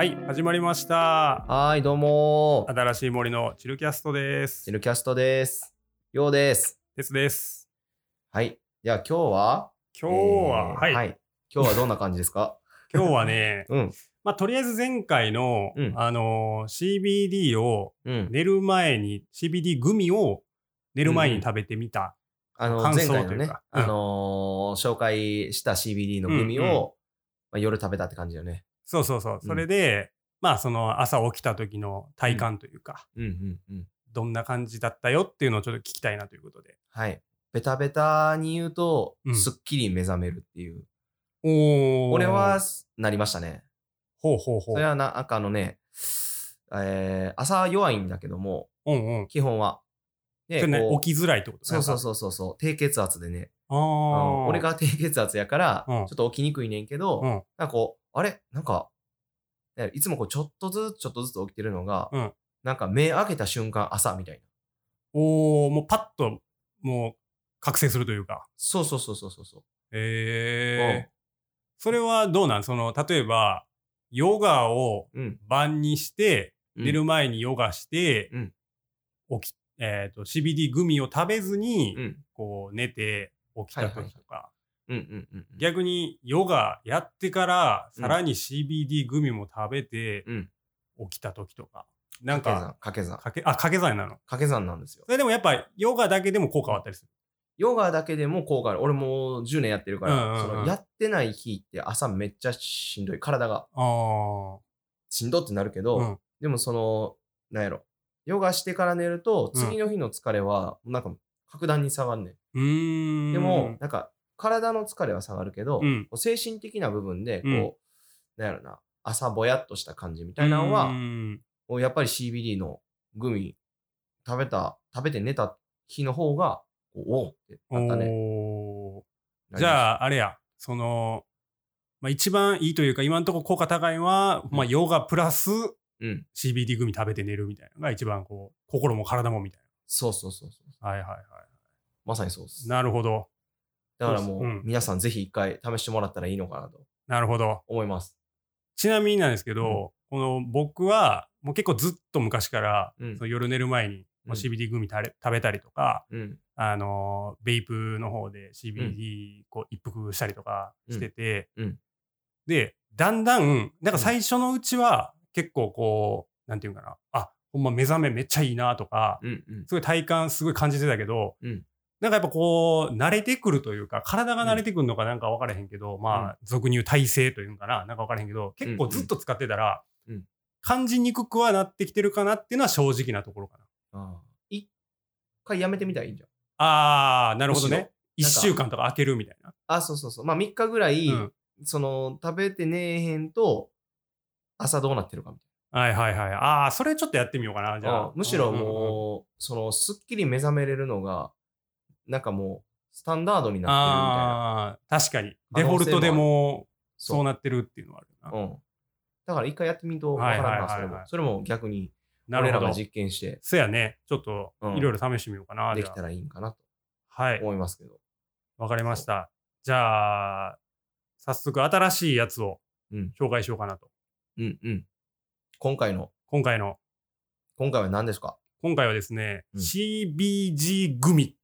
はい、始まりました。 はい、どうもー。 新しい森のチルキャストです。 チルキャストです。ようです。 です。 はい。じゃあ今日は、 今日は、はい。 はい。今日はどんな感じですか？ 今日はね、 うん。 とりあえず前回の、 うん。 CBD をうん。 寝る前に、CBD グミを寝る前に食べてみた、感前回のね、 想というか。 紹介した CBD のグミうん。 を、夜食べたって感じだよね。 そう。 うん。 それで、その朝起きた時の体感というか、 うん。 どんな感じだったよっていうのをちょっと聞きたいなということで。 はい。ベタベタに言うと、 うん。 すっきり目覚めるっていう。俺おー。 は、なりましたね。 ほう。 それはなんか朝弱いんだけども、 うん。 基本は。で、 それね、 こう、 起きづらいってことそうそう朝。 そうそうそう、低血圧でね、 ああ。 俺が低血圧やから、 うん。 ちょっと起きにくいねんけど、 うん。 なんかこう、あれなんか、いつもこうちょっとずつ起きてるのが、 うん。 なんか目開けた瞬間朝みたいな。 おお、もうパッと、もう覚醒するというか。 そう。 ええ。それはどうなん？例えば、ヨガをうん。 晩にして、 うん。 寝る前にヨガして、 うん。 CBD グミを食べずに、 うん。 こう寝て起きた時とか、 うん。 逆にヨガやってから、 うん。 さらに CBD グミも食べてうん。 起きた時とか、なんか、 掛け算。 掛け算なの？ 掛け算なんですよ。 それでもやっぱヨガだけでも効果はあったりする？ ヨガだけでも効果ある。俺もう10年やってるかうんら、 うんうん。 やってない日って朝めっちゃしんどい。体が。 ああ。 しんどってなるけど、 うん。 でもなんやろ、ヨガしてから寝ると、 うん。 次の日の疲れは、なんか、格段に下がんねん。 うーでも、 ん。 なんか、体の疲れは下がるけど、 うん。 精神的な部分で、 うん。 なんやろな、朝ぼやっとした感じみうーたいなのは、 ん。 もうやっぱり CBD のグミ食べて寝た日の方が、おおってなったね。 おお。 なりました。 じゃあ、あれや、一番いいというか、今んとこ効果高いのは、 うん。 ヨガプラスうん。 CBD グミ食べて寝るみたいなのが一番こう、心も体もみたいそう。 な。はい。 まさにそうです。 なるほど。 だからもう、 うん。 皆さんぜひ一回試してもらったらいいのかなとなるほど。 思います。 ちなみになんですけうん。 ど、僕は、もう結構ずっと昔から、 うん。 夜寝る前に、 うん。 CBD グミ食べたりとか、 うん。 ベイプの方でうん。 CBD こう一服したりとかうん。 してて、 うん。 で、だんだん、なんかうん。 最初のうちは結構こう、なんていうかな、ほんま目覚めめっちゃいいなとか、 うん。 すごい体感すごい感じてたけど、 うん。 なんかやっぱこう、慣れてくるというか、体がうん。 慣れてくるのかなんか分からへんけど、 うん。 俗に言う体勢というんかな、なんか分からへんけど、 うん。 結構うん。 ずっと使ってたら、 うん。 感じにくくはなってきてるかなっていうのは正直なところかな。 ああ。一回やめてみたらいいんじゃん。 ああ、なるほどね。 むしろ。なん 1週か、 間とか空けるみたいな。 そう。3日ぐらい、 うん。 食べてねえへんと、朝どうなってるかみたいはい。ああ、それちょっとやってみようかな、じゃな。 あ。 むしろもう、すっきり目覚めれるのが、なんかもう、スタンダードになってるみたいなああ、確かに。 可デフォルトで能性もある。 もそうそなってるっていうのはあるな。 う。だから一回やってみんとわからんな、それも。それも逆に、俺らがなるほど。 実験して、 そやね。ちょっとうん、 いろいろ試してみようかな、じゃあ。 できたらいいんかなとはい。 思いますけど。 わかりましそた。じゃあ、早速新しいやつをう。うん。 紹介しようかなと。 うん。今回今回の、 は何ですか？ 今回はですね、 うん。 CBG グミ。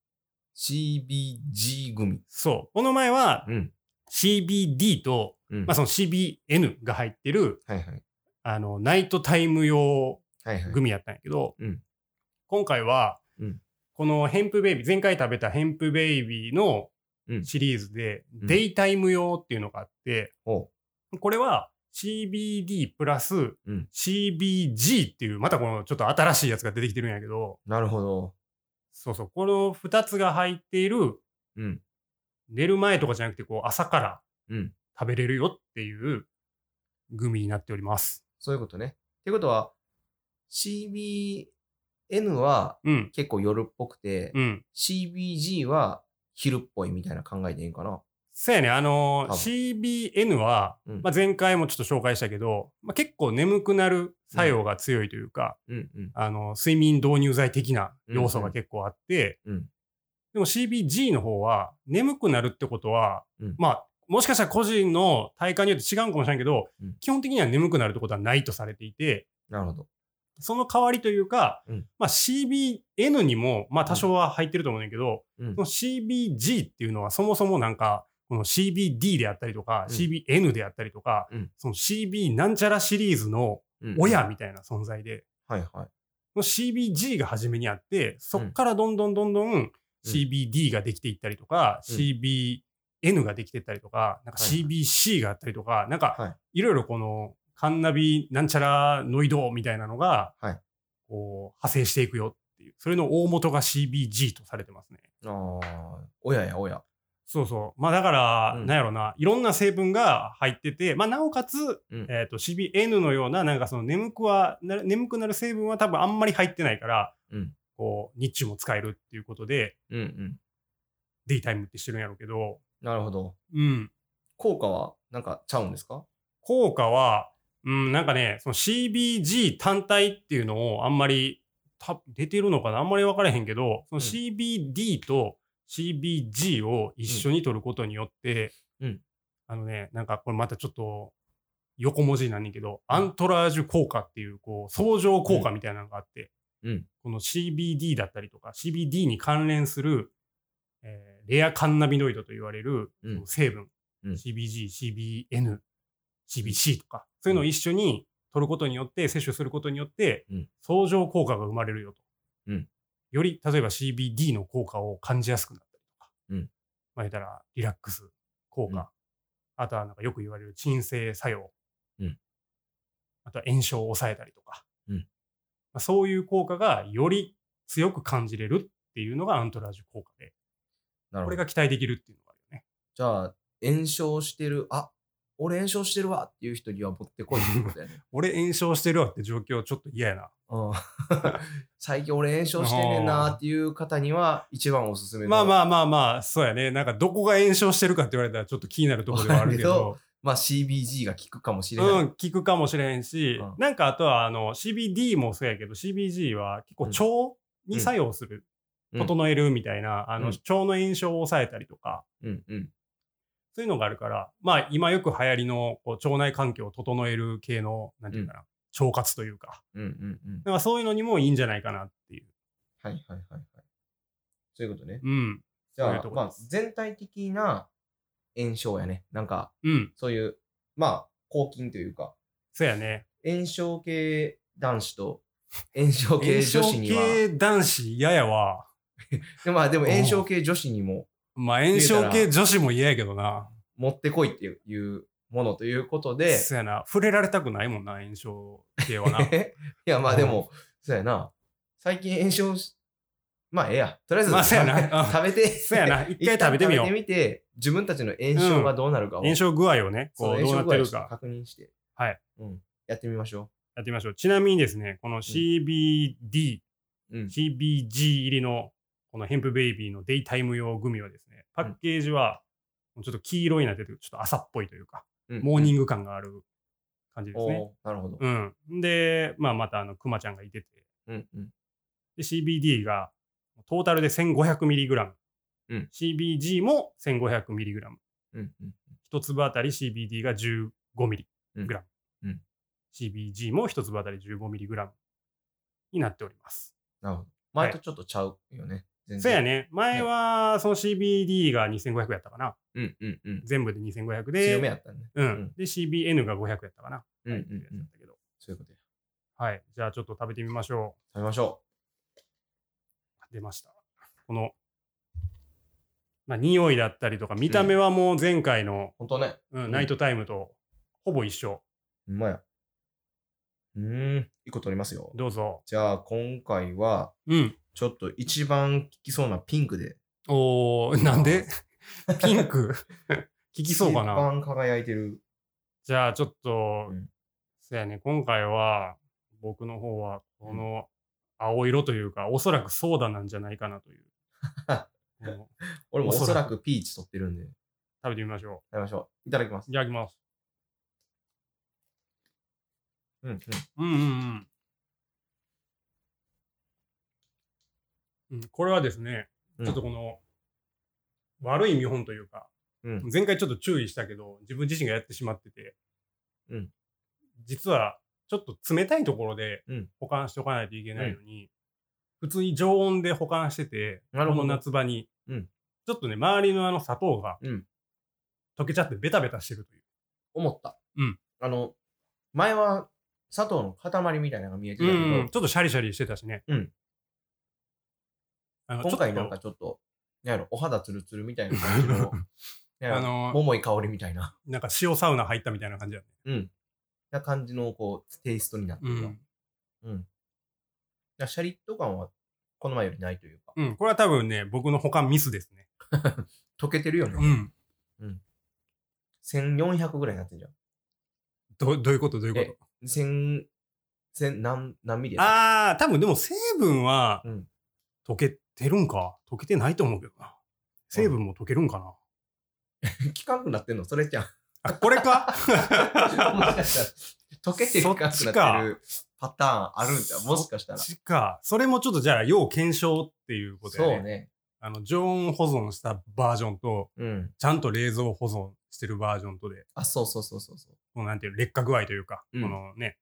CBG 組。 そう。この前はうん。 CBD と、 うん。 その CBN が入ってる、 はいはい。 ナイトタイム用はいはい。 グミやったんやけど、 うん。 今回は、 うん。 このヘンプベイビー、前回食べたヘンプベイビーのうん。 シリーズで、 うん。 デイタイム用っていうのがあって、 おう。 これは CBD プラスうん。 CBG っていう、またこのちょっと新しいやつが出てきてるんやけど、 なるほど。 そう、この2つが入っている、 うん。 寝る前とかじゃなくて、こう朝からうん。 食べれるよっていうグミになっております。 そういうことね。ってことは、CBN はうん、 結構夜っぽくて、 うん。 CBG は昼っぽいみたいな考えでいいんかな？ そうやね、 多分。 CBN は、 うん。 前回もちょっと紹介したけど、結構眠くなるうん。 作用が強いというか、 うん。 睡眠導入剤的なうん。 要素が結構あって、 うん。 でも CBG の方は、眠くなるってことは、 うん。 もしかしたら個人の体感によって違うかもしれないけど、基本的には眠くなるってことはないとされていて、 なるほど。 その代わりというか、まあ CBN にも、まあ多少は入ってると思うんだけど、その CBG っていうのはそもそもなんか、この CBD であったりとか、CBN であったりとか、その CB なんちゃらシリーズの親みたいな存在で、 はいはい。 の CBG が初めにあって、そっからどんどん CBD ができていったりとか、CBN ができていったりとか、なんか CBC があったりとか、なんかいろいろこのカンナビなんちゃらノイドみたいなのが、こう派生していくよっていう、それの大元が CBG とされてますね。 ああ、親や親。 そうそう。まあだから、なんやろな、いろんな成分が入ってて、まあなおかつ、CBN のような、なんかその眠くなる成分は多分あんまり入ってないから、こう、日中も使えるっていうことで、デイタイムってしてるんやろうけど。 なるほど。 うん。 効果はなんかちゃうんですか？ 効果は、なんかね、その CBG 単体っていうのをあんまり、出てるのかなあんまり分からへんけど、その CBD とCBG を一緒に取ることによって、なんかこれまたちょっと横文字なんねんけど、アントラージュ効果っていう、こう、相乗効果みたいなのがあって、この CBD だったりとか、CBD に関連する、レアカンナビノイドと言われる成分、CBG、CBN、CBC とか、そういうのを一緒に取ることによって、摂取することによって、相乗効果が生まれるよと。より、例えば CBD の効果を感じやすくなったりとか、まあ言ったらリラックス効果、あとはなんかよく言われる鎮静作用、あとは炎症を抑えたりとか、まあ、そういう効果がより強く感じれるっていうのがアントラージュ効果で、これが期待できるっていうのがあるよね。 じゃあ、炎症してる、俺炎症してるわっていう人には持ってこいってことやね。 俺炎症してるわって状況ちょっと嫌やな。 最近俺炎症してんねんなっていう方には一番おすすめの。 まあ、そうやね。なんかどこが炎症してるかって言われたらちょっと気になるところではあるけど。 まあ CBG が効くかもしれない。 効くかもしれへんし、なんかあとはCBD もそうやけど CBG は結構腸に作用する、整えるみたいな、腸の炎症を抑えたりとか、そういうのがあるから、まあ今よく流行りのこう腸内環境を整える系の、なんていうかな、腸活というか、だからそういうのにもいいんじゃないかなっていう。 はい。そういうことね。じゃあ、まあ全体的な炎症やね。なんか、そういう、まあ、抗菌というか。 そうやね。 炎症系男子と炎症系女子には。 炎症系男子嫌やわ。 でも炎症系女子にも。 まあ炎症系女子も嫌やけどな。 持ってこいっていうものということで。 そうやな。触れられたくないもんな、炎症系はな。いや、まあでも、そうやな。最近炎症まあええや。とりあえず、 そうやな。 食べて。 そうやな。一回食べてみよう。 食べてみて、自分たちの炎症がどうなるかを。 炎症具合をね、こうどうなってるか。 確認して。 はい。 やってみましょう。 やってみましょう。ちなみにですね、この CBD、CBG 入りのこのヘンプベイビーのデイタイム用グミはですね、パッケージはちょっと黄色になってて、ちょっと朝っぽいというか、モーニング感がある感じですね。 なるほど。 で、まあまたクマちゃんがいてて、で CBD がトータルで 1500mg、CBG も 1500mg、一粒あたり CBD が 15mg、CBG も一粒あたり 15mg になっております。 なるほど。前とちょっとちゃうよね。 そうやね。前はその CBD が2500やったかな。全部で2500で。 強めやったね。 で、CBN が500やったかな。 そういうことや。 はい。じゃあちょっと食べてみましょう。食べましょう。出ました。この、まあ、匂いだったりとか、見た目はもう前回の、 本当ね。 ナイトタイムとほぼ一緒。 ほんまや。一個取りますよ。 どうぞ。 じゃあ今回は、ちょっと一番効きそうなピンクで。 なんでピンク効きそうかな。 一番輝いてる。 じゃあちょっと、そうやね、今回は、僕の方は、この青色というか、おそらくソーダなんじゃないかなという。 俺もおそらくピーチ取ってるんで。 食べてみましょう。 食べましょう。いただきます。 いただきます。これはですね、ちょっとこの、悪い見本というか、 うん。 前回ちょっと注意したけど、自分自身がやってしまってて、 うん。 実はちょっと冷たいところでうん。 保管しておかないといけないのに、普通に常温で保管してて、こなるほどの夏場に、 うん。 ちょっとね、周りの砂糖がうん。 溶けちゃってベタベタしてるという。 思った。 うん。 前は砂糖の塊みたいなのが見えてたけど、 ちょっとシャリシャリしてたしね。 うん。今回なんかちちょっと、なんやろ、お肌ツルツルみたいな感じの、桃い香りみたいな。 なんか塩サウナ入ったみたいな感じだね。 うん。な感じの、こう、テイストになってるわ。うん。シャリッと感は、この前よりないというか。 うん。これは多分ね、僕の保管ミスですね。 溶けてるよね。 うん。 うん。1400ぐらいになってんじゃん。 どういうこと何ミリやった多分でも成分はうん。 溶けてるんか。溶けてないと思うけどな。成分も溶けるんかな。 効かんくなってんのそれじゃん。 あ、これかもしかしたら、溶けて効かんくなってるパターンあるんじゃん。もしかしたら。 そっちか。それもちょっとじゃあ、要検証っていうことやね。 そうね。 常温保存したバージョンと、 うん。 ちゃんと冷蔵保存してるバージョンとで、 あ、そうそうそうそうそう。 このなんていう、劣化具合というか、 うんこのね。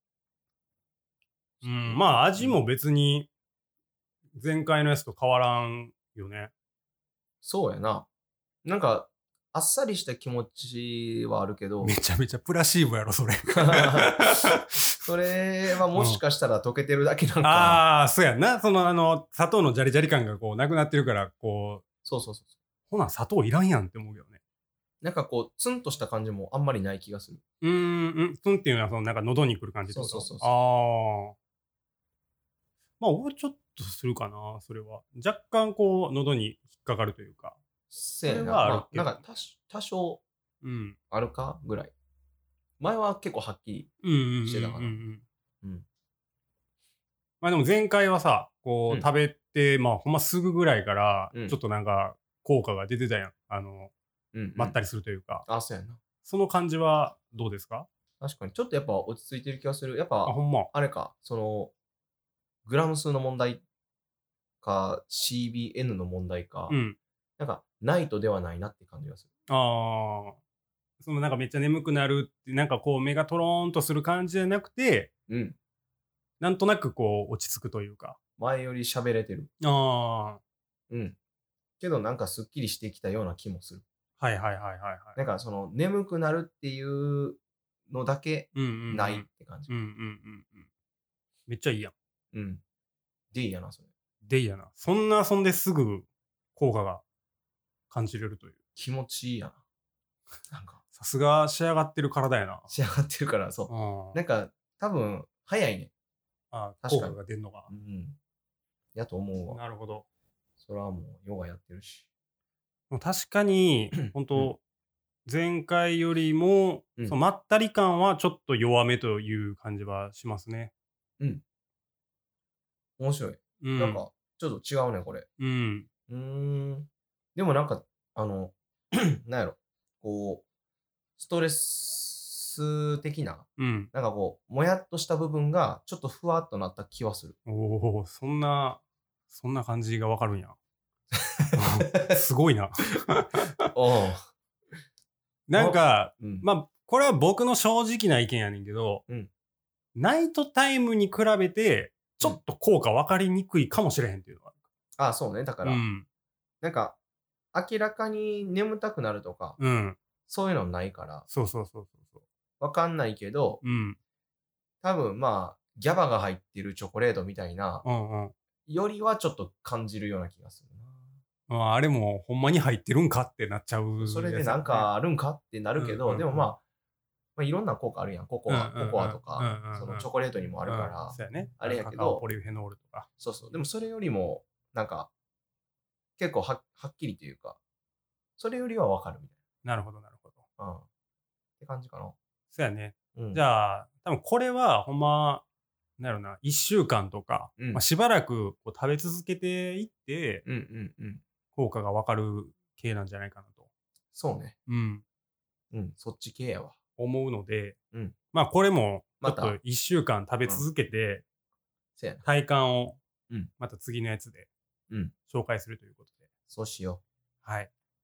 うん、まあ味も別に、前回のやつと変わらんよね。 そうやな。なんか、あっさりした気持ちはあるけど、 めちゃめちゃプラシーボやろ、それ。 それはもしかしたら溶けてるだけなのかな。 ああ、そうやんな。砂糖のジャリジャリ感がこう、なくなってるから、こう、 そうそうそう。 ほな、砂糖いらんやんって思うけどね。 なんかこう、ツンとした感じもあんまりない気がする。 ツンっていうのは、なんか喉にくる感じってことそうそうそうそうああ。まあ、俺ちょっとするかな、それは。若干こう、喉に引っかかるというか。 せやな。 それはあるまあ、 けどなんか多少うん。 あるかぐらい。前は結構はっきり。してたかなうん。 うん。 まあでも前回はさ、こう、 うん食べて、まあほんますぐぐらいからうん、 ちょっとなんか、効果が出てたやん。 うん。 まったりするというか。 あ、そうやな。 その感じはどうですか？ 確かに。ちょっとやっぱ落ち着いてる気がする。やっあ、 ぱ、 ほんま。 あれか、グラム数の問題か、CBN の問題か、 うん。 なんか、ないとではないなって感じがする。 ああ。なんかめっちゃ眠くなるって、なんかこう目がトローンとする感じじゃなくて、 うん。 なんとなくこう落ち着くというか。 前より喋れてる。 ああ。 うん。けどなんかスッキリしてきたような気もする。 はい。 なんか眠くなるっていうのだけないっうん。 て感じ。 めっちゃいいやん。 うん。でいいやな、それ。 でいいやな。そんな遊んですぐ効果が感じれるという。 気持ちいいやな。なんか、 さすが仕上がってる体やな。 仕上がってるから、そう。 あなんか、多分、早いね。 あ、効確かに果が出るのがう。ん。やと思うわ。 なるほど。 それはもう、ヨガやってるし。 もう確かに、本当前回よりも、 うんそのまったり感はちょっと弱めという感じはしますね。 うん。面白い。 うん。 なんか、ちょっと違うね、これ。 うん。 でもなんか、なんやろ。こう、ストレス的な、 うん。 なんかこう、もやっとした部分が、ちょっとふわっとなった気はする。 おお、そんな感じがわかるんや。すごいな。 おう。 なんか、 うん。 まあ、これは僕の正直な意見やねんけど、 うんナイトタイムに比べて、ちょっと効果分かりにくいかもしれへんっていうのは。 あ、そうね。だから、 うん。 なんか、明らかに眠たくなるとか、 うん。 そういうのないから、 そう。 わかんないけど、 うん。 多分まあ、ギャバが入ってるチョコレートみたいな、 うん。 よりはちょっと感じるような気がするあれもほんまに入ってるんかってなっちゃう、 な。それでなん、かあるんかってなるけど、でもまあ、いろんな効果あるやん。ココアとか、そのチョコレートにもあるから、 そうやね。 あれやけどカカオポリフェノールとか。 そう。でもそれよりも、なんか、結構はっきりというか、それよりはわかるみたいなるほど。 な。って感じかな。 そうやね。 うん。 じゃあ、多分これはほんま、なんやろな、1週間とか、 うんまあ、しばらくこう食べ続けていって、 うん。 効果がわかる系なんじゃないかなと。 そうね。 うん。 そっち系やわ。 思うので、 うんまあこれも、ちょまったと1週間食べ続けて、 せやな。 体感をうん、 また次のやつでうん。 紹介するということで。 そうしよはい。 う。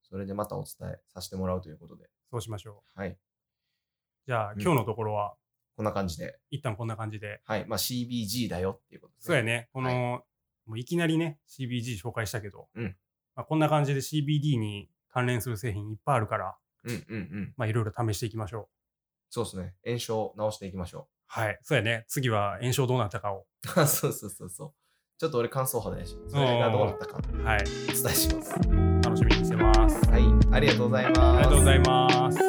それでまたお伝えさせてもらうということで。 そうしましょう。 はい。 じゃあ、今日のところは、 こんな感じで。 一旦こんな感じで。 はい。まあ CBG だよっていうことですね。 そうやね。この、 はいもういきなりね、CBG 紹介したけど、 うんまあ、こんな感じで CBD に関連する製品いっぱいあるから、まあいろいろ試していきましょう。 そうですね。炎症を直していきましょはい。そうやね。次は炎症どうなったかを。 う。そう。ちょっと俺乾燥肌やし、それがどうなったかはい。 お伝えします。 楽しみにしてます。 はい。ありがとうございます。 ありがとうございます。